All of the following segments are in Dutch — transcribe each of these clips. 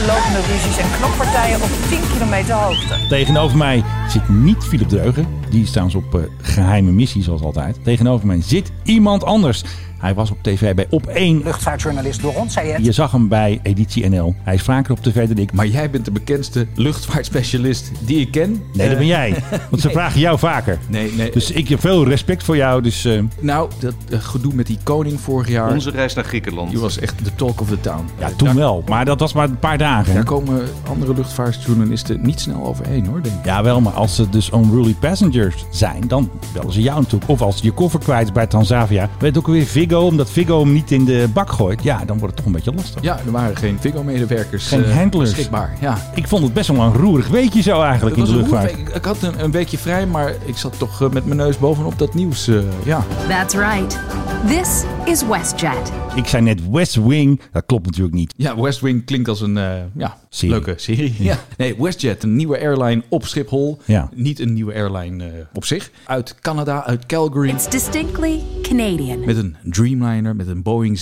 lopende ruzies en knokpartijen op 10 kilometer hoogte. Tegenover mij zit niet Philip Dreugen. Die is trouwens op geheime missie, zoals altijd. Tegenover mij zit iemand anders. Hij was op tv bij Op1. Luchtvaartjournalist Doron Sayed. Je zag hem bij Editie NL. Hij is vaker op tv dan ik. Maar jij bent de bekendste luchtvaartspecialist die ik ken. Nee, dat ben jij. Want ze vragen jou vaker. Nee. Dus ik heb veel respect voor jou. Dus, Nou, dat gedoe met die koning vorig jaar. Onze reis naar Griekenland. Die was echt de talk of the town. ja, toen wel. Maar dat was maar een paar dagen. Daar komen andere luchtvaartjournalisten niet snel overheen, hoor, denk ik. Ja, wel. Maar als ze dus unruly passengers zijn, dan bellen ze jou natuurlijk. Of als je je koffer kwijt is bij Transavia. Weet ook weer Viggo, omdat Viggo hem niet in de bak gooit. Ja, dan wordt het toch een beetje lastig. Ja, er waren geen Viggo-medewerkers Geen handlers. beschikbaar. Ja. Ik vond het best wel een roerig weekje zo eigenlijk in de luchtvaart. Ik had een weekje vrij, maar ik zat toch met mijn neus bovenop dat nieuws. Ja. That's right. This is WestJet. Ik zei net West Wing. Dat klopt natuurlijk niet. Ja, West Wing klinkt als een Serie. leuke serie. Ja. Nee, WestJet, een nieuwe airline op Schiphol. Ja. Niet een nieuwe airline op zich. Uit Canada, uit Calgary. It's distinctly Canadian. Met een Dreamliner, met een Boeing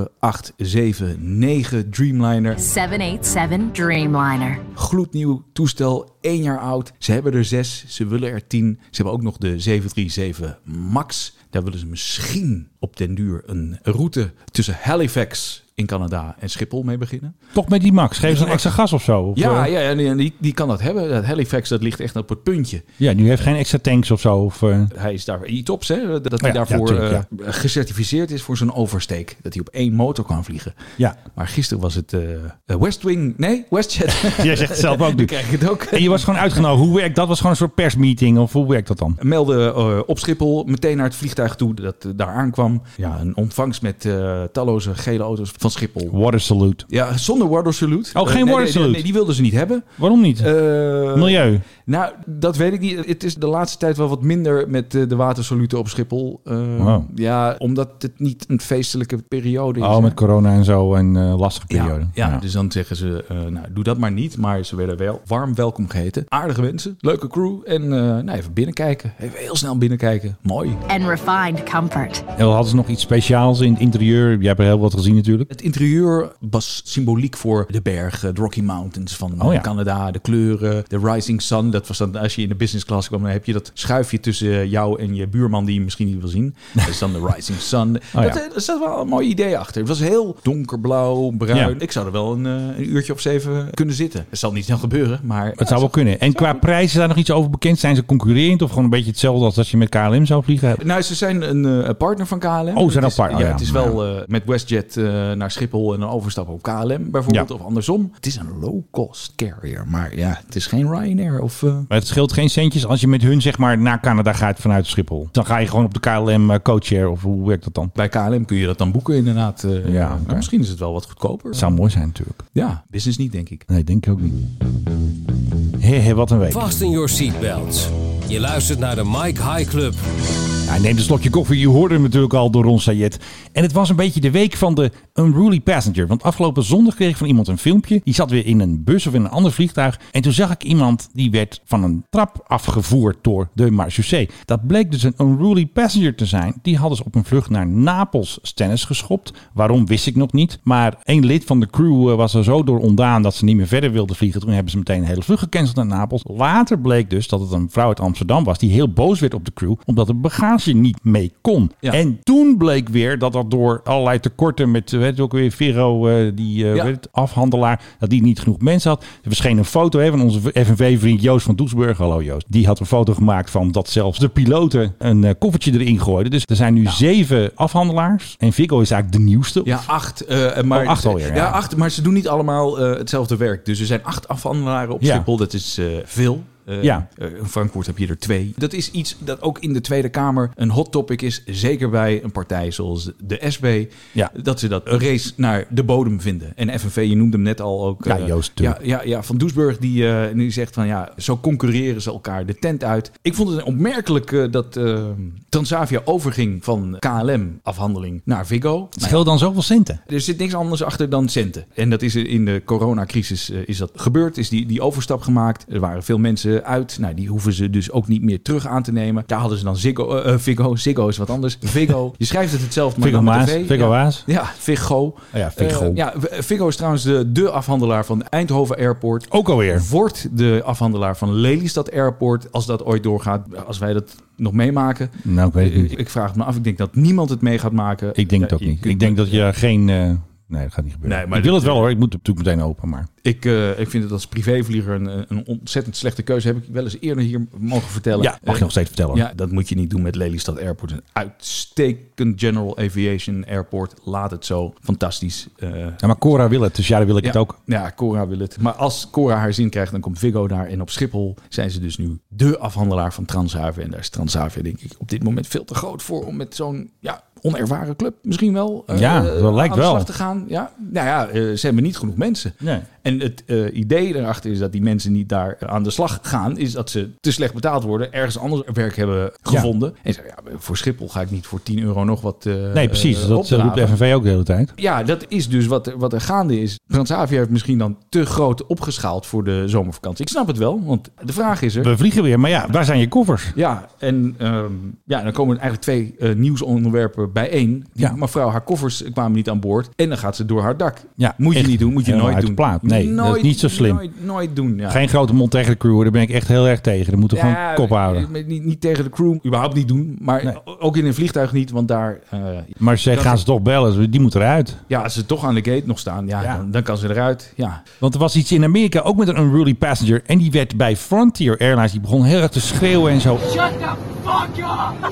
787-9 Dreamliner. 787 Dreamliner. Gloednieuw toestel, 1 jaar oud. Ze hebben er 6, ze willen er 10. Ze hebben ook nog de 737 MAX. Daar willen ze misschien op den duur een route tussen Halifax in Canada en Schiphol mee beginnen. Toch met die Max. Geef ze een extra gas of zo? Of, Ja, die kan dat hebben. Dat Halifax, dat ligt echt op het puntje. Ja, nu heeft geen extra tanks of zo. Of, Hij is daar ITOPS, hè, dat hij daarvoor tuurlijk, gecertificeerd is voor zo'n oversteek. Dat hij op 1 motor kan vliegen. Ja. Maar gisteren was het WestJet. Jij zegt het zelf ook nu. Dan krijg ik het ook. En je was gewoon uitgenodigd. Hoe werkt dat? Was gewoon een soort persmeeting? Of hoe werkt dat dan? Melden op Schiphol, meteen naar het vliegtuig toe dat daar aankwam. Ja, een ontvangst met talloze gele auto's van Schiphol. Water salute. Ja, zonder water salute. Oh, geen water salute? Nee, die wilden ze niet hebben. Waarom niet? Milieu. Nou, dat weet ik niet. Het is de laatste tijd wel wat minder met de watersalute op Schiphol. Wow. Ja, omdat het niet een feestelijke periode is. Oh, met corona en zo en lastige periode. Ja, dus dan zeggen ze, nou, doe dat maar niet. Maar ze werden wel warm welkom geheten. Aardige mensen, leuke crew. En even binnenkijken. Even heel snel binnenkijken. Mooi. And refined comfort. En hadden ze nog iets speciaals in het interieur? Jij hebt er heel wat gezien natuurlijk. Het interieur was symboliek voor de bergen, de Rocky Mountains van Canada. De kleuren, de Rising Sun. Dat was dan, als je in de business class kwam, dan heb je dat schuifje tussen jou en je buurman die je misschien niet wil zien. Dat is dan de Rising Sun. Er zat wel een mooi idee achter. Het was heel donkerblauw, bruin. Ja. Ik zou er wel een uurtje of 7 kunnen zitten. Het zal niet snel gebeuren, maar... Het zou wel kunnen. En qua prijzen, is daar nog iets over bekend? Zijn ze concurrerend of gewoon een beetje hetzelfde als je met KLM zou vliegen? Nou, ze zijn een partner van KLM. Oh, ze zijn al partner. Ja, het is wel met WestJet naar Schiphol en een overstap op KLM bijvoorbeeld. Of andersom. Het is een low-cost carrier. Maar ja, het is geen Ryanair of... Maar het scheelt geen centjes als je met hun zeg maar naar Canada gaat vanuit Schiphol. Dan ga je gewoon op de KLM co-chair of hoe werkt dat dan? Bij KLM kun je dat dan boeken inderdaad. Ja, okay. Misschien is het wel wat goedkoper. Het zou mooi zijn natuurlijk. Ja, business niet denk ik. Nee, denk ik ook niet. Wat een week. Fasten your seatbelts. Je luistert naar de Mike High Club. Hij neemt een slokje koffie. Je hoorde hem natuurlijk al door Ron Sayed. En het was een beetje de week van de unruly passenger. Want afgelopen zondag kreeg ik van iemand een filmpje. Die zat weer in een bus of in een ander vliegtuig. En toen zag ik iemand die werd van een trap afgevoerd door de marechaussee. Dat bleek dus een unruly passenger te zijn. Die hadden ze op een vlucht naar Napels stennis geschopt. Waarom wist ik nog niet. Maar één lid van de crew was er zo door ontdaan dat ze niet meer verder wilde vliegen. Toen hebben ze meteen een hele vlucht gecanceld naar Napels. Later bleek dus dat het een vrouw uit Amsterdam was die heel boos werd op de crew. Omdat de bagage niet mee kon. Ja. En toen bleek weer dat door allerlei tekorten met, weet je ook weer, Vero, afhandelaar, dat die niet genoeg mensen had. Er verscheen een foto van onze FNV-vriend Joost van Doesburg. Hallo Joost. Die had een foto gemaakt van dat zelfs de piloten een koffertje erin gooiden. Dus er zijn nu 7 afhandelaars. En Viggo is eigenlijk de nieuwste. Ja, 8. Maar 8 alweer. Ja, 8. Maar ze doen niet allemaal hetzelfde werk. Dus er zijn 8 afhandelaren op Schiphol. Dat is veel. In Frankfurt heb je er 2. Dat is iets dat ook in de Tweede Kamer een hot topic is. Zeker bij een partij zoals de SP. Ja. Dat ze dat een race naar de bodem vinden. En FNV, je noemde hem net al ook. Joost. Van Doesburg die zegt van zo concurreren ze elkaar de tent uit. Ik vond het opmerkelijk dat Transavia overging van KLM-afhandeling naar Viggo. Het scheelt dan zoveel centen. Er zit niks anders achter dan centen. En dat is in de coronacrisis is dat gebeurd. Is die overstap gemaakt. Er waren veel mensen uit. Nou, die hoeven ze dus ook niet meer terug aan te nemen. Daar hadden ze dan Viggo. Ziggo is wat anders. Viggo. Je schrijft het hetzelfde, maar dan met de V. Viggo Waas. Ja, Viggo. Ja, Viggo. Viggo is trouwens de afhandelaar van Eindhoven Airport. Ook alweer. Wordt de afhandelaar van Lelystad Airport. Als dat ooit doorgaat, als wij dat nog meemaken. Nou, ik weet het niet. Ik vraag het me af. Ik denk dat niemand het mee gaat maken. Ik denk het ook niet. Ik denk dat je geen... Nee, dat gaat niet gebeuren. Nee, maar ik wil het wel hoor. Ik moet het natuurlijk meteen open. Maar ik vind het als privévlieger een ontzettend slechte keuze. Heb ik wel eens eerder hier mogen vertellen. Ja, mag je nog steeds vertellen. Ja, dat moet je niet doen met Lelystad Airport. Een uitstekend General Aviation Airport. Laat het zo. Fantastisch. Ja, maar Cora wil het, dus ja, dan wil ik het ook. Ja, Cora wil het. Maar als Cora haar zin krijgt, dan komt Viggo daar. En op Schiphol zijn ze dus nu de afhandelaar van Transavia. En daar is Transavia denk ik op dit moment veel te groot voor om met zo'n onervaren club misschien wel dat lijkt aan de slag wel te gaan. Ja, nou ja, ze hebben niet genoeg mensen. Nee. En het idee erachter is dat die mensen niet daar aan de slag gaan, is dat ze te slecht betaald worden, ergens anders werk hebben gevonden. Ja. En zeggen, voor Schiphol ga ik niet voor €10 nog wat nee, precies. Dat roept de FNV ook de hele tijd. Ja, dat is dus wat er gaande is. Transavia heeft misschien dan te groot opgeschaald voor de zomervakantie. Ik snap het wel, want de vraag is er. We vliegen weer, maar ja, waar zijn je koffers? Ja, en dan komen er eigenlijk 2 nieuwsonderwerpen bijeen. Mevrouw, haar koffers kwamen niet aan boord en dan gaat ze door haar dak. Ja, moet je niet doen, moet je nooit doen. Nee, nooit, dat is niet zo slim. Nooit doen. Ja. Geen grote mond tegen de crew, daar ben ik echt heel erg tegen. Dan moeten we gewoon kop houden. Niet tegen de crew, überhaupt niet doen. Maar ook in een vliegtuig niet, want daar... maar gaan ze toch bellen, die moet eruit. Ja, als ze toch aan de gate nog staan, dan kan ze eruit. Ja. Want er was iets in Amerika, ook met een unruly passenger. En die werd bij Frontier Airlines, die begon heel erg te schreeuwen en zo. Shut the fuck up!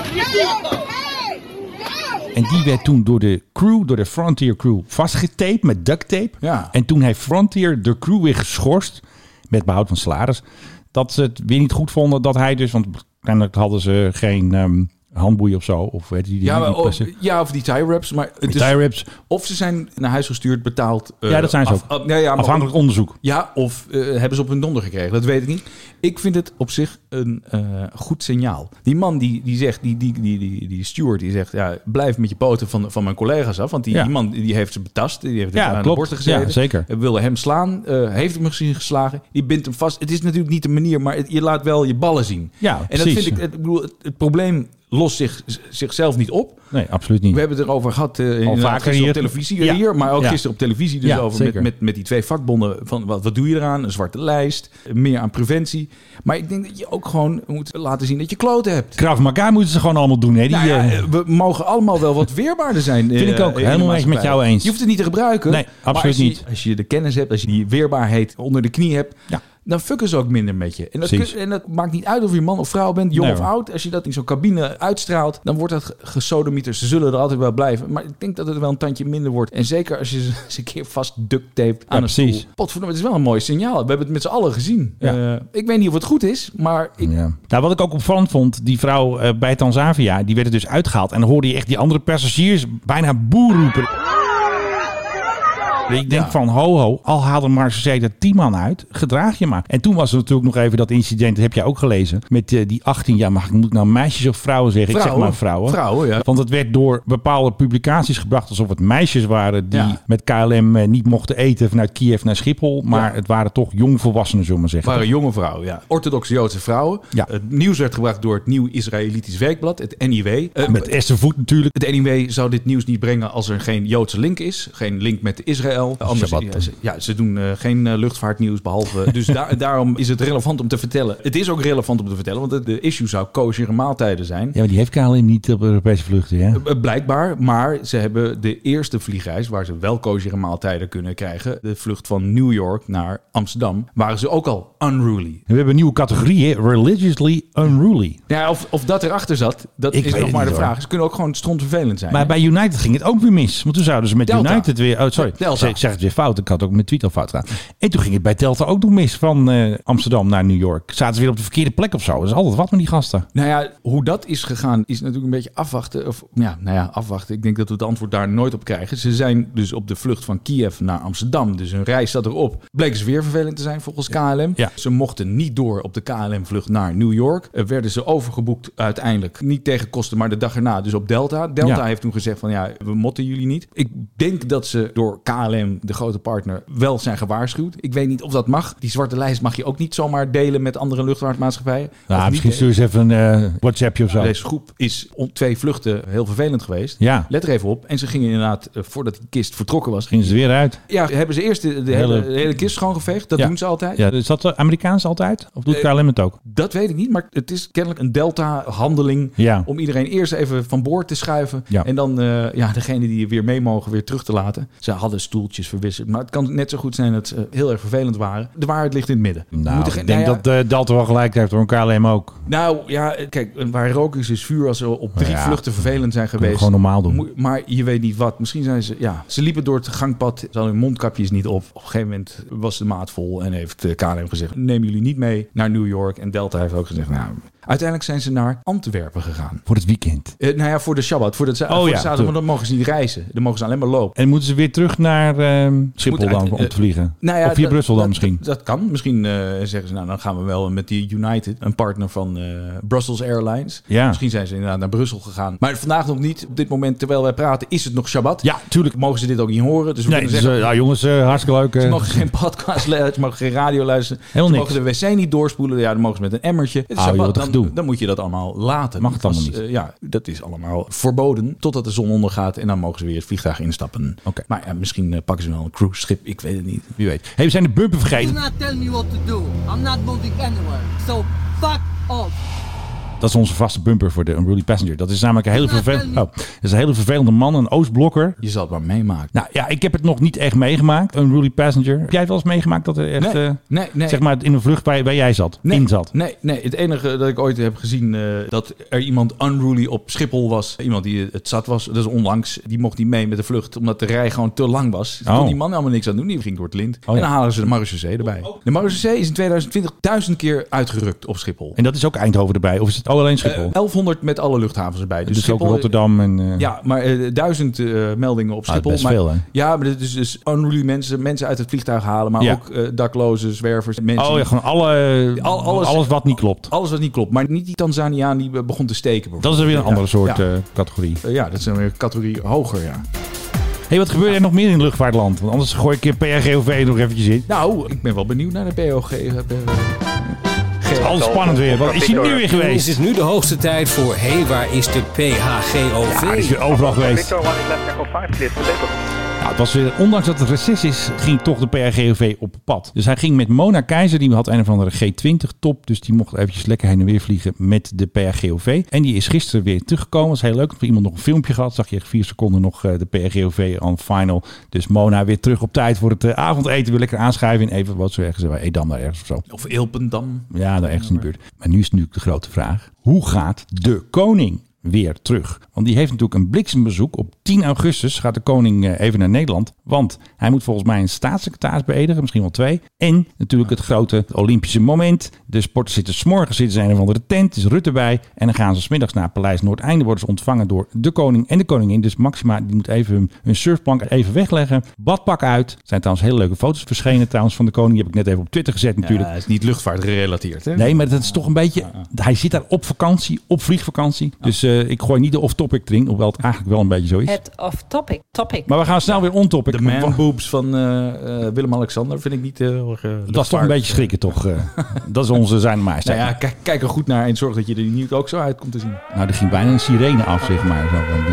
En die werd toen door de Frontier crew vastgetaped met duct tape. Ja. En toen heeft Frontier de crew weer geschorst, met behoud van salaris, dat ze het weer niet goed vonden dat hij dus, want uiteindelijk hadden ze geen handboeien of zo. Of weet je of die tie wraps. Maar die tie wraps. Of ze zijn naar huis gestuurd, betaald. Ja, dat zijn ze ook. Afhankelijk onderzoek. Ja, of hebben ze op hun donder gekregen. Dat weet ik niet. Ik vind het op zich een goed signaal. Die man die zegt, die steward, die zegt, blijf met je poten van mijn collega's af. Want die man die heeft ze betast. Die heeft aan de borsten gezeten. Ja, zeker. Wilde hem slaan. Heeft hem misschien geslagen. Die bindt hem vast. Het is natuurlijk niet de manier, maar je laat wel je ballen zien. Ja, en precies. Dat vind ik, het probleem lost zichzelf niet op. Nee, absoluut niet. We hebben het erover gehad al vaker hier op televisie hier, maar ook gisteren op televisie dus over met die 2 vakbonden van wat doe je eraan? Een zwarte lijst, meer aan preventie. Maar ik denk dat je ook gewoon moet laten zien dat je kloten hebt. Krav Maga moeten ze gewoon allemaal doen. Hè? We mogen allemaal wel wat weerbaarder zijn. Vind ik ook helemaal eens met jou eens. Je hoeft het niet te gebruiken. Nee, absoluut niet. Als je de kennis hebt, als je die weerbaarheid onder de knie hebt, dan fucken ze ook minder met je. En dat maakt niet uit of je man of vrouw bent, jong of oud. Als je dat in zo'n cabine uitstraalt, dan wordt dat gesodemieterd. Ze zullen er altijd wel blijven. Maar ik denk dat het wel een tandje minder wordt. En zeker als je ze een keer vast duct taped aan een stoel. Potverdomme, het is wel een mooi signaal. We hebben het met z'n allen gezien. Ja. Ik weet niet of het goed is, maar... Nou, wat ik ook opvallend vond, die vrouw bij Transavia, die werd er dus uitgehaald. En dan hoorde je echt die andere passagiers bijna boer roepen. Ik denk van, al haalden maar, ze zeiden 10 man uit, gedraag je maar. En toen was er natuurlijk nog even dat incident, dat heb jij ook gelezen, met die 18 jaar, moet ik nou meisjes of vrouwen zeggen? Ik zeg maar vrouwen. Vrouwen, ja. Want het werd door bepaalde publicaties gebracht alsof het meisjes waren die met KLM niet mochten eten vanuit Kiev naar Schiphol. Maar het waren toch jongvolwassenen, zullen we maar zeggen. Het waren jonge vrouwen, ja. Orthodoxe Joodse vrouwen. Ja. Het nieuws werd gebracht door het Nieuw Israëlitisch Weekblad, het NIW. Met Esther Voet natuurlijk. Het NIW zou dit nieuws niet brengen als er geen Joodse link is. Geen link met Israël. Ze doen geen luchtvaartnieuws behalve. Dus daarom is het relevant om te vertellen. Het is ook relevant om te vertellen, want de issue zou kosheren maaltijden zijn. Ja, maar die heeft KLM niet op Europese vluchten, hè? Blijkbaar, maar ze hebben de eerste vliegreis waar ze wel kosheren maaltijden kunnen krijgen. De vlucht van New York naar Amsterdam, waren ze ook al unruly. We hebben een nieuwe categorie, religiously unruly. Ja, of dat erachter zat, dat is nog maar de vraag. Ze kunnen ook gewoon strontvervelend zijn. Maar bij United ging het ook weer mis. Want toen zouden ze met Delta. United weer... Oh, sorry. Delta. Ik zeg het weer fout. Ik had ook mijn tweet al fout gedaan. En toen ging het bij Delta ook nog mis van Amsterdam naar New York. Zaten ze weer op de verkeerde plek of zo. Dat is altijd wat met die gasten. Nou ja, hoe dat is gegaan is natuurlijk een beetje afwachten. Afwachten. Ik denk dat we het antwoord daar nooit op krijgen. Ze zijn dus op de vlucht van Kiev naar Amsterdam. Dus hun reis zat erop. Bleken ze weer vervelend te zijn volgens KLM. Ja. Ze mochten niet door op de KLM-vlucht naar New York. Werden ze overgeboekt uiteindelijk. Niet tegen kosten, maar de dag erna dus op Delta. Delta heeft toen gezegd van we motten jullie niet. Ik denk dat ze door KLM KLM, de grote partner, wel zijn gewaarschuwd. Ik weet niet of dat mag. Die zwarte lijst mag je ook niet zomaar delen met andere luchtvaartmaatschappijen. Nou, misschien stuur eens even een WhatsAppje of zo. Deze groep is om 2 vluchten heel vervelend geweest. Ja. Let er even op. En ze gingen inderdaad, voordat die kist vertrokken was... Gingen ze weer uit. Ja, hebben ze eerst de hele kist schoongeveegd. Dat doen ze altijd. Ja, is dat Amerikaans altijd? Of doet KLM het ook? Dat weet ik niet, maar het is kennelijk een Delta-handeling... om iedereen eerst even van boord te schuiven... en dan degene die weer mee mogen weer terug te laten. Ze hadden stoeltjes verwisseld, maar het kan net zo goed zijn dat ze heel erg vervelend waren. De waarheid ligt in het midden. Nou, ik denk dat Delta wel gelijk heeft, hoor. KLM ook. Nou ja, kijk, waar rook is vuur. Als ze op 3 vluchten vervelend zijn geweest... Gewoon normaal doen. Maar je weet niet wat. Misschien zijn ze... Ja, ze liepen door het gangpad. Ze hadden hun mondkapjes niet op. Op een gegeven moment was de maat vol en heeft KLM gezegd... nemen jullie niet mee naar New York. En Delta heeft ook gezegd... nou, uiteindelijk zijn ze naar Antwerpen gegaan. Voor het weekend? Voor de Shabbat. Voor de zaterdag. Want dan mogen ze niet reizen. Dan mogen ze alleen maar lopen. En moeten ze weer terug naar Schiphol dan om te vliegen? Of via Brussel dan misschien? Dat kan. Misschien zeggen ze... nou, dan gaan we wel met die United. Een partner van Brussels Airlines. Ja. Misschien zijn ze inderdaad naar Brussel gegaan. Maar vandaag nog niet. Op dit moment, terwijl wij praten, is het nog Shabbat. Ja, tuurlijk. Mogen ze dit ook niet horen? Dus we kunnen zeggen... ja, jongens, hartstikke leuk. Ze mogen geen podcast luisteren. Ze mogen geen radio luisteren. Ze mogen de wc niet doorspoelen. Ja, dan mogen ze met een emmertje. Het is Shabbat. Dan moet je dat allemaal laten. Mag het allemaal niet? Ja, dat is allemaal verboden. Totdat de zon ondergaat. En dan mogen ze weer het vliegtuig instappen. Okay. Maar ja, misschien pakken ze wel een cruise-schip. Ik weet het niet. Wie weet. Hey, we zijn de bumper vergeten. Do not tell me what to do. I'm not moving anywhere. So fuck off. Dat is onze vaste bumper voor de Unruly Passenger. Dat is namelijk een hele vervelende man, een Oostblokker. Je zal het maar meemaken. Nou ja, ik heb het nog niet echt meegemaakt, Unruly Passenger. Heb jij het wel eens meegemaakt dat er echt, nee. zeg maar in een vlucht waar jij zat, in zat? Nee. Het enige dat ik ooit heb gezien, dat er iemand unruly op Schiphol was. Iemand die het zat was, dat is onlangs. Die mocht niet mee met de vlucht, omdat de rij gewoon te lang was. Dus kon die man helemaal niks aan doen. Die ging door het lint. En dan halen ze de Marechaussee erbij. De Marechaussee is in 2020 1000 keer uitgerukt op Schiphol. En dat is ook Eindhoven erbij? Of is het alleen Schiphol? 1100 met alle luchthavens erbij. Dus Schiphol, ook Rotterdam en... Ja, maar 1000 meldingen op Schiphol. Best veel, hè? Ja, maar dit is dus unruly mensen uit het vliegtuig halen. Maar ook daklozen, zwervers, mensen. Oh ja, gewoon alles wat niet klopt. Alles wat niet klopt. Maar niet die Tanzaniaan die begon te steken. Dat is weer een andere soort categorie. Ja, dat is weer een categorie hoger, ja. Hey, wat gebeurt er nog meer in het luchtvaartland? Want anders gooi ik PRGOV nog eventjes in. Nou, ik ben wel benieuwd naar de POG. Het is alles spannend weer. Wat is hij nu weer geweest? Het is nu de hoogste tijd voor... Hé, waar is de PHGOV? Ja, hij is weer overal geweest. Nou, het was weer, ondanks dat het recess is, ging toch de PRGOV op pad. Dus hij ging met Mona Keizer, die had een of andere G20-top. Dus die mocht eventjes lekker heen en weer vliegen met de PRGOV. En die is gisteren weer teruggekomen. Dat was heel leuk. Had iemand nog een filmpje gehad. Zag je 4 seconden nog de PRGOV on final. Dus Mona weer terug op tijd voor het avondeten. Weer lekker aanschuiven in even wat zo ergens. Bij Edam daar ergens of zo. Of Ilpendam. Ja, daar ergens in de buurt. Maar nu is natuurlijk de grote vraag. Hoe gaat de koning weer terug? Want die heeft natuurlijk een bliksembezoek. Op 10 augustus gaat de koning even naar Nederland. Want hij moet volgens mij een staatssecretaris beëdigen. Misschien wel 2. En natuurlijk het grote Olympische moment. De sporters zitten 's morgens in een of andere tent. Er is Rutte bij. En dan gaan ze 's middags naar Paleis Noordeinde. Worden ze ontvangen door de koning en de koningin. Dus Maxima die moet even hun surfplank even wegleggen. Badpak uit. Er zijn trouwens hele leuke foto's verschenen trouwens van de koning. Die heb ik net even op Twitter gezet natuurlijk. Ja, het is niet luchtvaart gerelateerd, hè? Nee, maar dat is toch een beetje... Hij zit daar op vakantie, op vliegvakantie. Dus ik gooi niet de off-topic erin. Hoewel het eigenlijk wel een beetje zo is. Het off-topic. Maar we gaan snel weer on-topic. De man-boobs van Willem-Alexander vind ik niet dat was toch een beetje schrikken, toch? Dat is onze zijn majesteit. Nou ja, kijk er goed naar en zorg dat je er niet ook zo uit komt te zien. Nou, er ging bijna een sirene af, zeg maar.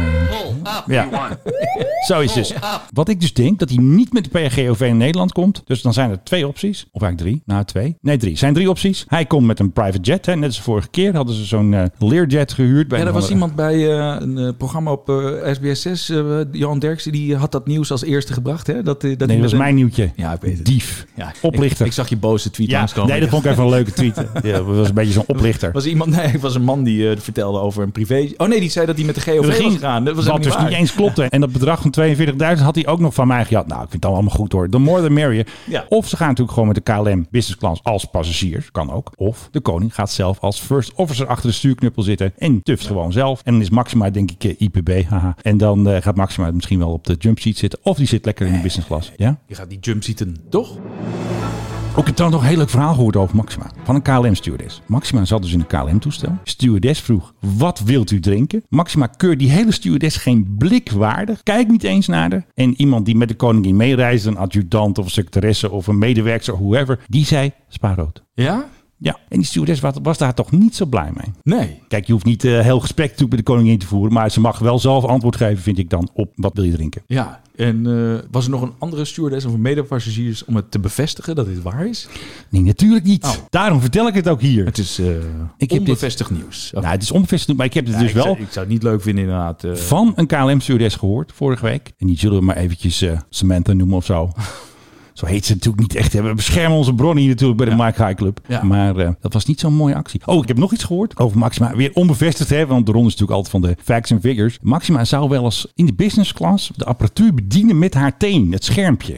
Zo is het dus. Wat ik dus denk, dat hij niet met de PRGOV in Nederland komt. Dus dan zijn er 2 opties. Of eigenlijk 3. Nou, 2. Nee, 3. zijn 3 opties. Hij komt met een private jet. Hè. Net als de vorige keer hadden ze zo'n Learjet gehuurd. Bij er was iemand bij een programma op SBS6. Johan Derksen, die had dat nieuws als eerste gebracht. Hè? Dat was mijn nieuwtje. Ja, ik weet het. Dief. Ja, oplichter. Ik zag je boze tweet langskomen. Nee, dat vond ik even een leuke tweet. Ja, dat was een beetje zo'n oplichter. Was een man die vertelde over een privé... Oh nee, die zei dat hij met de GOV was gegaan. Dat was wat dus niet eens klopte. En dat bedrag van 42.000 had hij ook nog van mij gehad. Nou, ik vind het allemaal goed hoor. The more the merrier. Ja. Of ze gaan natuurlijk gewoon met de KLM business class als passagiers. Kan ook. Of de koning gaat zelf als first officer achter de stuurknuppel zitten. En tuft gewoon zelf. En dan is Maxima denk ik IPB. Haha. En dan gaat Maxima misschien wel op de jumpseat zitten. Of die zit lekker in de business class. Ja? Je gaat die jumpseaten, toch? Ook ik heb trouwens nog een heel leuk verhaal gehoord over Maxima. Van een KLM-stewardess. Maxima zat dus in een KLM-toestel. Stewardess vroeg, wat wilt u drinken? Maxima keurt die hele stewardess geen blik waardig. Kijkt niet eens naar haar. En iemand die met de koningin meereist, een adjudant of een secretaresse of een medewerker, whoever, die zei, spa rood. Ja? Ja, en die stewardess was daar toch niet zo blij mee. Nee. Kijk, je hoeft niet heel gesprek met de koningin te voeren, maar ze mag wel zelf antwoord geven, vind ik dan, op wat wil je drinken. Ja, en was er nog een andere stewardess of een medepassagiers om het te bevestigen dat dit waar is? Nee, natuurlijk niet. Oh. Daarom vertel ik het ook hier. Het is onbevestigd nieuws. Nou, het is onbevestigd, maar ik heb het dus wel ik zou het niet leuk vinden inderdaad. Van een KLM-stewardess gehoord vorige week. En die zullen we maar eventjes Samantha noemen of zo. Zo heet ze natuurlijk niet echt. We beschermen onze bronnen hier natuurlijk bij de Mike High Club. Ja. Maar dat was niet zo'n mooie actie. Oh, ik heb nog iets gehoord over Maxima. Weer onbevestigd, hè? Want de ronde is natuurlijk altijd van de facts and figures. Maxima zou wel eens in de business class de apparatuur bedienen met haar teen. Het schermpje.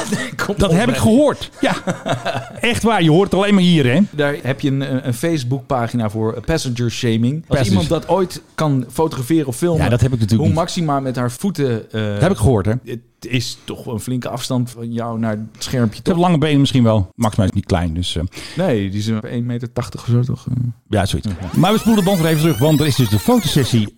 Dat heb ik gehoord. Ja, echt waar. Je hoort het alleen maar hier, hè? Daar heb je een Facebookpagina voor, passenger shaming. Als iemand dat ooit kan fotograferen of filmen. Ja, dat heb ik natuurlijk hoe Maxima met haar voeten... dat heb ik gehoord, hè? Het is toch een flinke afstand van jou naar het schermpje. Ik heb lange benen misschien wel. Maxima is niet klein, dus... Nee, die is 1,80 meter of zo, toch? Ja, zoiets. Maar we spoelen de band weer even terug, want er is dus de fotosessie.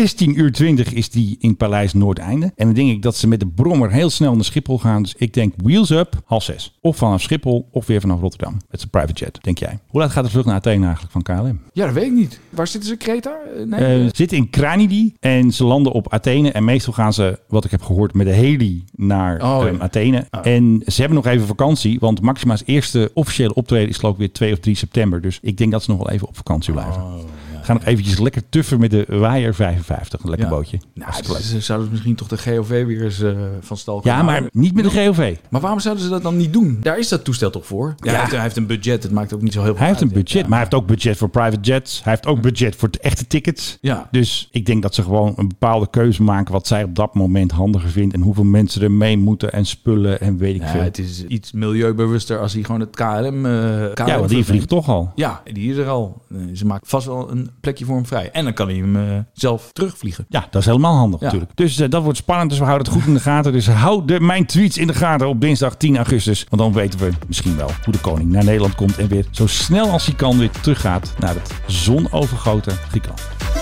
16:20 is die in Paleis Noordeinde. En dan denk ik dat ze met de brommer heel snel naar Schiphol gaan. Dus ik denk wheels up, 5:30. Of vanaf Schiphol, of weer vanaf Rotterdam. Met zijn private jet, denk jij. Hoe laat gaat het terug naar Athene eigenlijk van KLM? Ja, dat weet ik niet. Waar zitten ze, Kreta? Nee. Zitten in Kranidi en ze landen op Athene. En meestal gaan ze, wat ik heb gehoord, met de heli naar Athene. Oh. En ze hebben nog even vakantie, want Maxima's eerste officiële optreden is geloof ik weer 2 of 3 september. Dus ik denk dat ze nog wel even op vakantie blijven. Ga nog eventjes lekker tuffen met de Waaier 55. Een lekker bootje. Nou, ze zouden misschien toch de GOV weer eens van stal kunnen houden. Maar niet met de GOV. Maar waarom zouden ze dat dan niet doen? Daar is dat toestel toch voor? Ja. Hij heeft een budget. Het maakt ook niet zo heel veel Hij heeft een budget, maar hij heeft ook budget voor private jets. Hij heeft ook budget voor echte tickets. Ja. Dus ik denk dat ze gewoon een bepaalde keuze maken wat zij op dat moment handiger vindt. En hoeveel mensen er mee moeten en spullen en weet ik veel. Het is iets milieubewuster als hij gewoon het KLM... ja, want die vliegt toch al. Ja, die is er al. Ze maakt vast wel een plekje voor hem vrij. En dan kan hij hem zelf terugvliegen. Ja, dat is helemaal handig natuurlijk. Dus dat wordt spannend. Dus we houden het goed in de gaten. Dus hou mijn tweets in de gaten op dinsdag 10 augustus. Want dan weten we misschien wel hoe de koning naar Nederland komt. En weer zo snel als hij kan weer teruggaat naar het zonovergoten Griekenland.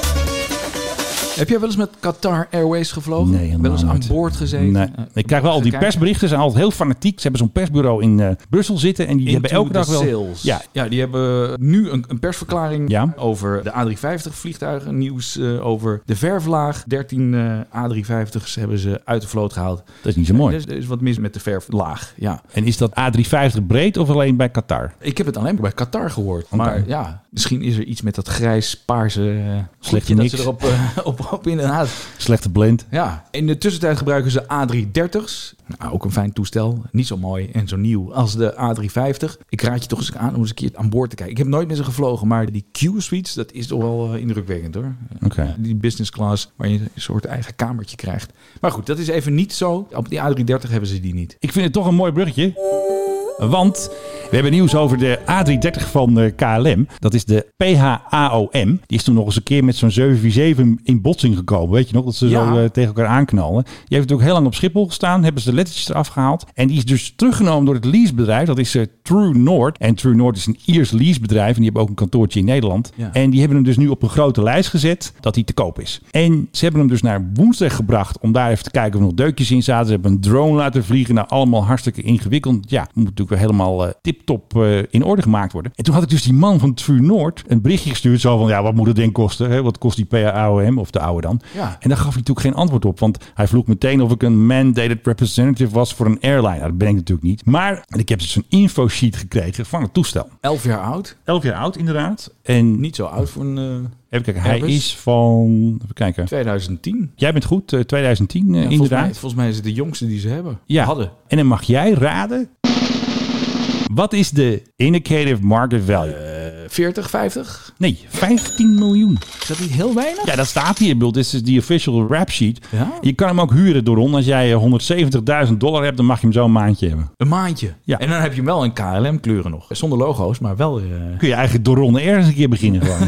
Heb jij wel eens met Qatar Airways gevlogen? Nee, helemaal wel eens aan niet. boord gezeten? Nee. Ik krijg wel al die persberichten. Ze zijn altijd heel fanatiek. Ze hebben zo'n persbureau in Brussel zitten. En die hebben elke dag wel... Ja, die hebben nu een persverklaring Ja. over de A350 vliegtuigen. Nieuws over de verflaag. 13 A350's hebben ze uit de vloot gehaald. Dat is niet zo mooi. Er is wat mis met de verflaag, ja. En is dat A350 breed of alleen bij Qatar? Ik heb het alleen bij Qatar gehoord. Okay. Maar ja, misschien is er iets met dat grijs-paarse... Slechte dat mix. ze erop op in en uit. Slechte blend. Ja, in de tussentijd gebruiken ze A330's. Nou, ook een fijn toestel. Niet zo mooi en zo nieuw als de A350. Ik raad je toch eens aan om eens een keer aan boord te kijken. Ik heb nooit met ze gevlogen, maar die Q-suites, dat is toch wel indrukwekkend hoor. Okay. Die business class, waar je een soort eigen kamertje krijgt. Maar goed, dat is even niet zo. Op die A330 hebben ze die niet. Ik vind het toch een mooi bruggetje. Want we hebben nieuws over de A330 van KLM. Dat is de PHAOM. Die is toen nog eens een keer met zo'n 747 in botsing gekomen. Weet je nog? Dat ze zo tegen elkaar aanknallen. Die heeft natuurlijk heel lang op Schiphol gestaan. Hebben ze de lettertjes eraf gehaald. En die is dus teruggenomen door het leasebedrijf. Dat is True North. En True North is een Iers leasebedrijf. En die hebben ook een kantoortje in Nederland. Ja. En die hebben hem dus nu op een grote lijst gezet. Dat hij te koop is. En ze hebben hem dus naar Woensdag gebracht. Om daar even te kijken of er nog deukjes in zaten. Ze hebben een drone laten vliegen. Nou, allemaal hartstikke ingewikkeld. Ja, moet natuurlijk weer helemaal tip-top in orde gemaakt worden. En toen had ik dus die man van True North een berichtje gestuurd. Zo van, ja, wat moet het ding kosten? Hè? Wat kost die PHAOM? Of de oude dan? Ja. En daar gaf hij natuurlijk geen antwoord op. Want hij vroeg meteen of ik een mandated representative was voor een airline. Nou, dat ben ik natuurlijk niet. Maar ik heb dus een infosheet gekregen van het toestel. 11 jaar oud. 11 jaar oud, inderdaad. En niet zo oud voor een... Even kijken, hij is van... Even kijken. 2010. Jij bent goed, 2010 ja, inderdaad. Volgens mij is het de jongste die ze hebben. Ja. Hadden. En dan mag jij raden... Wat is de indicative market value? 40, 50? Nee, 15 miljoen. Is dat niet heel weinig? Ja, dat staat hier. Dit is die official rap sheet. Ja? Je kan hem ook huren door Ron. Als jij $170.000 hebt, dan mag je hem zo een maandje hebben. Een maandje? Ja. En dan heb je hem wel in KLM-kleuren nog. Zonder logo's, maar wel... Kun je eigenlijk door Ron ergens een keer beginnen gewoon.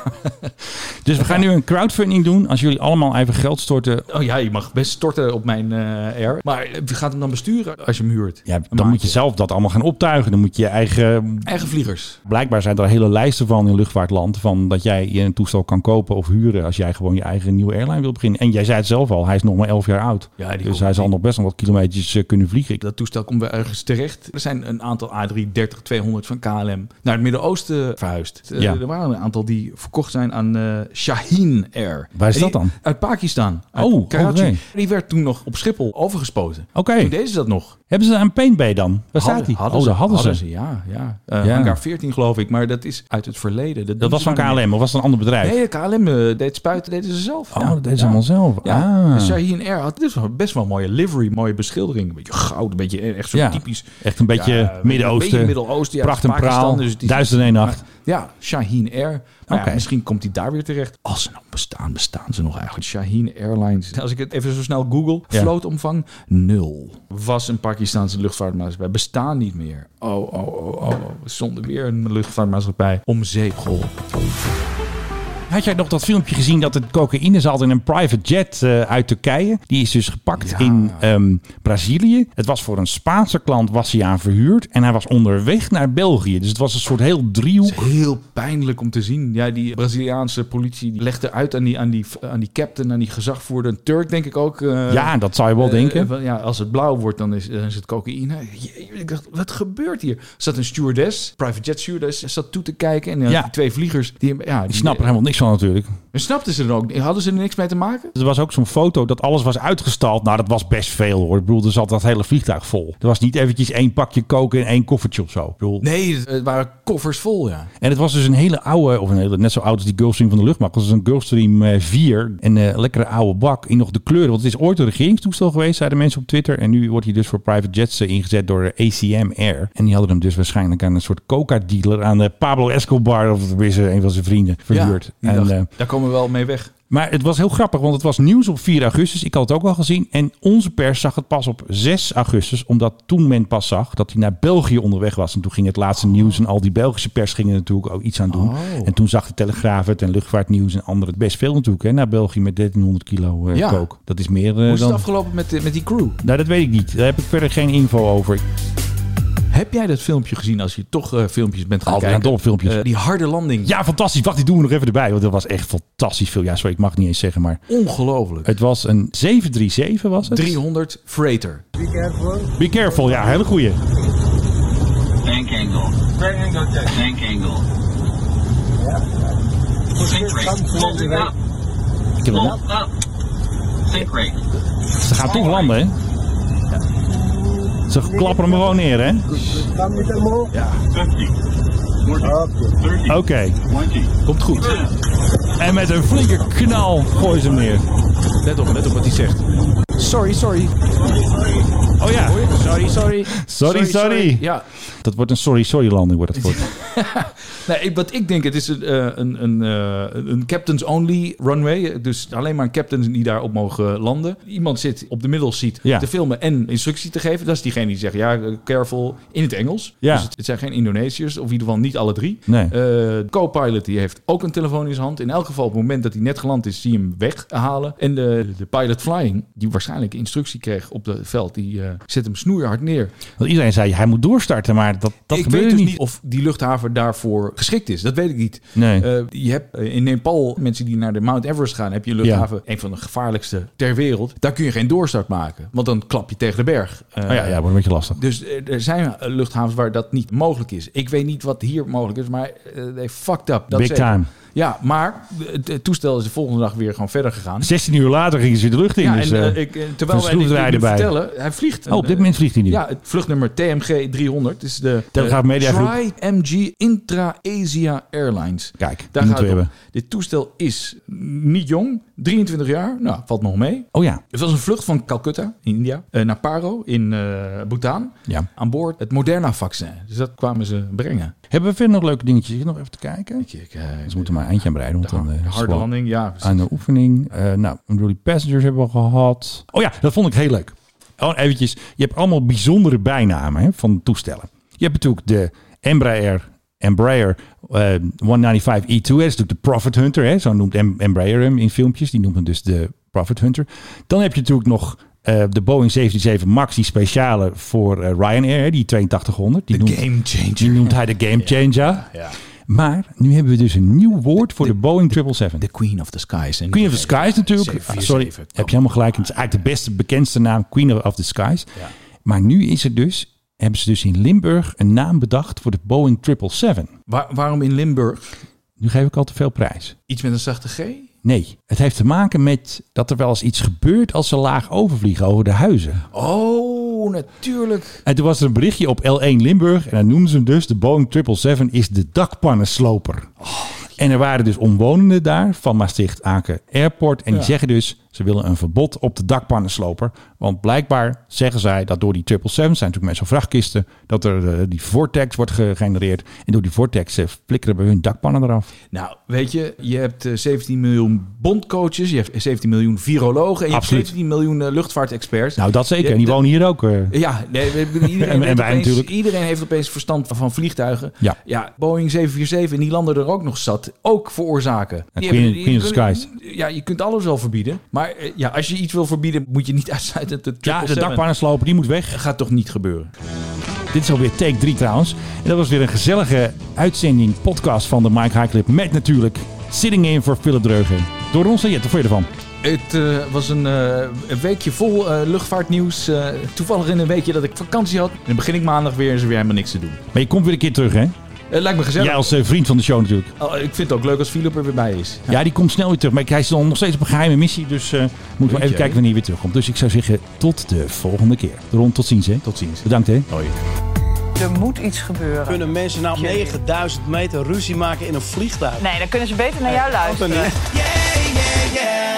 Dus we gaan nu een crowdfunding doen. Als jullie allemaal even geld storten. Oh ja, je mag best storten op mijn Air. Maar wie gaat hem dan besturen als je hem huurt? Ja, dan moet je zelf dat allemaal gaan optuigen. Dan moet je je eigen vliegers. Blijkbaar zijn er hele lijsten van in luchtvaartland. Van dat jij je een toestel kan kopen of huren. Als jij gewoon je eigen nieuwe airline wil beginnen. En jij zei het zelf al. Hij is nog maar 11 jaar oud. Ja, dus hij zal nog best wel wat kilometers kunnen vliegen. Dat toestel komt weer ergens terecht. Er zijn een aantal A330, 200 van KLM naar het Midden-Oosten verhuisd. Er waren een aantal die verkocht zijn aan Shaheen Air. Waar is dat dan? Uit Pakistan. Uit Karachi. Okay. Die werd toen nog op Schiphol overgespoten. Oké. Toen deden ze dat nog. Hebben ze een Paint Bay dan? Waar staat die? Hadden ze. Ja. Hangar 14 geloof ik. Maar dat is uit het verleden. Dat was van KLM of was het een ander bedrijf? Nee, KLM deed spuiten, deden ze zelf. Oh, dat deden ze allemaal zelf. Ja. Shaheen Air had best wel een mooie livery, mooie beschildering. Een beetje goud, een beetje echt zo typisch. Echt een beetje Midden-Oosten. Pracht en praal. Dus 1001 nacht. Ja, Shaheen Air. Nou misschien komt hij daar weer terecht. Als ze nog bestaan ze nog eigenlijk. Shaheen Airlines. Als ik het even zo snel google. Vlootomvang 0. Was een Pakistaanse luchtvaartmaatschappij. Bestaan niet meer. Oh. Zonder weer een luchtvaartmaatschappij om zeep geholpen. Had jij nog dat filmpje gezien dat het cocaïne zat in een private jet uit Turkije? Die is dus gepakt in Brazilië. Het was voor een Spaanse klant, was hij aan verhuurd. En hij was onderweg naar België. Dus het was een soort heel driehoek. Het is heel pijnlijk om te zien. Ja, die Braziliaanse politie die legde uit aan die captain, aan die gezagvoerder. Een Turk denk ik ook. Ja, dat zou je wel denken. Als het blauw wordt, dan is het cocaïne. Ik dacht, wat gebeurt hier? Er zat een stewardess, private jet stewardess, zat toe te kijken. En die twee vliegers, die snappen helemaal niks van natuurlijk. En snapten ze er ook? Hadden ze er niks mee te maken? Er was ook zo'n foto dat alles was uitgestald. Nou, dat was best veel hoor. Ik bedoel, er zat dat hele vliegtuig vol. Er was niet eventjes 1 pakje koken en 1 koffertje of zo. Nee, het waren koffers vol, ja. En het was dus een hele oude, of een hele net zo oud als die Gulfstream van de luchtmacht. Het was een Gulfstream 4. Een lekkere oude bak in nog de kleuren. Want het is ooit een regeringstoestel geweest, zeiden mensen op Twitter. En nu wordt hij dus voor private jets ingezet door ACM Air. En die hadden hem dus waarschijnlijk aan een soort coca-dealer, aan Pablo Escobar, of een van zijn vrienden, verhuurd. Ja, en daar komen we wel mee weg. Maar het was heel grappig, want het was nieuws op 4 augustus. Ik had het ook al gezien. En onze pers zag het pas op 6 augustus. Omdat toen men pas zag dat hij naar België onderweg was. En toen ging het laatste nieuws. En al die Belgische pers gingen natuurlijk ook iets aan doen. En toen zag de Telegraaf het en Luchtvaartnieuws en anderen het best veel natuurlijk. Hè, naar België met 1300 kilo kook. Dat is meer Hoe is het afgelopen met die crew? Nou, dat weet ik niet. Daar heb ik verder geen info over. Heb jij dat filmpje gezien als je toch filmpjes bent gaan kijken? Altijd filmpjes. Die harde landing. Ja, fantastisch. Wacht, die doen we nog even erbij. Want dat was echt fantastisch veel. Ja, sorry, ik mag het niet eens zeggen, maar... Ongelooflijk. Het was een 737, was het? 300 freighter. Be careful. Be careful, ja, hele goeie. Bank angle. Bank angle. Sink rate. Up. Sink rate. Ze gaan toch landen, hè? Ze klappen hem gewoon neer, hè? Ja. 50. Oké. Komt goed. En met een flinke knal gooien ze hem neer. Let op wat hij zegt. Sorry. Oh ja. Sorry. Ja. Dat wordt een sorry landing, wordt het voor. Nee, wat ik denk, het is een captains only runway. Dus alleen maar een captain die daarop mogen landen. Iemand zit op de middelseat te filmen en instructie te geven. Dat is diegene die zegt, careful, in het Engels. Ja. Dus het zijn geen Indonesiërs, of in ieder geval niet alle 3. Nee. De co-pilot die heeft ook een telefoon in zijn hand. In elk geval, op het moment dat hij net geland is, zie je hem weghalen. En de pilot flying, die waarschijnlijk instructie kreeg op het veld, die zet hem snoeihard neer. Want iedereen zei, hij moet doorstarten, maar dat ik weet dus niet of die luchthaven daarvoor geschikt is. Dat weet ik niet. Nee. Je hebt in Nepal mensen die naar de Mount Everest gaan. Heb je een luchthaven, een van de gevaarlijkste ter wereld. Daar kun je geen doorstart maken. Want dan klap je tegen de berg. Wordt een beetje lastig. Dus er zijn luchthavens waar dat niet mogelijk is. Ik weet niet wat hier mogelijk is, maar they fucked up. Dat Big time. Ja, maar het toestel is de volgende dag weer gewoon verder gegaan. 16 uur later gingen ze de lucht in. Ja, dus, terwijl wij dit vertellen, hij vliegt. Op dit moment vliegt hij niet. Ja, het vluchtnummer TMG 300 is de Telegraaf Media Groep. Tri-MG Intra-Asia Airlines. Kijk, daar gaat het om. Dit toestel is niet jong. 23 jaar. Nou, valt nog mee. Oh ja. Het was een vlucht van Calcutta in India naar Paro in Bhutan. Ja. Aan boord het Moderna-vaccin. Dus dat kwamen ze brengen. Hebben we verder nog leuke dingetjes? Nog even te kijken. Ze moeten maar een eindje aan breiden. Want de harde landing, ja. Aan de oefening. Unruly Passengers hebben we gehad. Oh ja, dat vond ik heel leuk. Gewoon eventjes. Je hebt allemaal bijzondere bijnamen van toestellen. Je hebt natuurlijk de Embraer 195E2. Dat is natuurlijk de Profit Hunter. Hè? Zo noemt Embraer hem in filmpjes. Die noemt hem dus de Profit Hunter. Dan heb je natuurlijk nog de Boeing 737 MAX, die speciale voor Ryanair, die 8200. Die game changer. Die noemt hij de game changer. Ja. Maar nu hebben we dus een nieuw woord voor de Boeing 777. De Queen of the Skies. Queen of the Skies natuurlijk. Sorry, heb je helemaal gelijk. Het is eigenlijk de beste, bekendste naam, Queen of the Skies. Ja. Maar nu is er dus, hebben ze dus in Limburg een naam bedacht voor de Boeing 777. Waarom in Limburg? Nu geef ik al te veel prijs. Iets met een zachte G? Nee, het heeft te maken met dat er wel eens iets gebeurt als ze laag overvliegen over de huizen. Oh, natuurlijk. En toen was er een berichtje op L1 Limburg en dan noemden ze hem dus de Boeing 777 is de dakpannensloper. En er waren dus omwonenden daar van Maastricht-Aken Airport. En die zeggen dus, ze willen een verbod op de dakpannensloper. Want blijkbaar zeggen zij dat door die 777, zijn natuurlijk meestal vrachtkisten, dat er die vortex wordt gegenereerd. En door die vortex flikkeren bij hun dakpannen eraf. Nou, weet je, je hebt 17 miljoen bondcoaches, je hebt 17 miljoen virologen en je hebt 17 miljoen luchtvaartexperts. Nou, dat zeker. En die wonen hier ook. Ja, iedereen, en wij natuurlijk. Iedereen heeft opeens verstand van vliegtuigen. Ja, Boeing 747 en die landen er ook nog zat. Ook veroorzaken. Queen of the Skies. Ja, je kunt alles wel verbieden. Maar als je iets wil verbieden, moet je niet uitsluiten. De dakpannensloper, die moet weg. Dat gaat toch niet gebeuren. Dit is alweer take 3 trouwens. En dat was weer een gezellige uitzending, podcast van de Mike High Club. Met natuurlijk Sitting In voor Philip Dreugen. Door Ron Sayed, wat vond je ervan? Het was een weekje vol luchtvaartvinieuws. Toevallig in een weekje dat ik vakantie had. En dan begin ik maandag weer en is er weer helemaal niks te doen. Maar je komt weer een keer terug, hè? Lijkt me gezellig. Jij als vriend van de show natuurlijk. Ik vind het ook leuk als Philip er weer bij is. Ja, die komt snel weer terug. Maar hij is dan nog steeds op een geheime missie. Dus moeten we even kijken wanneer hij weer terugkomt. Dus ik zou zeggen, tot de volgende keer. Ron, tot ziens, hè? Tot ziens. Bedankt, hè? Hoi. Er moet iets gebeuren. Kunnen mensen nou 9000 meter ruzie maken in een vliegtuig? Nee, dan kunnen ze beter naar jou luisteren. Yeah, yeah, yeah.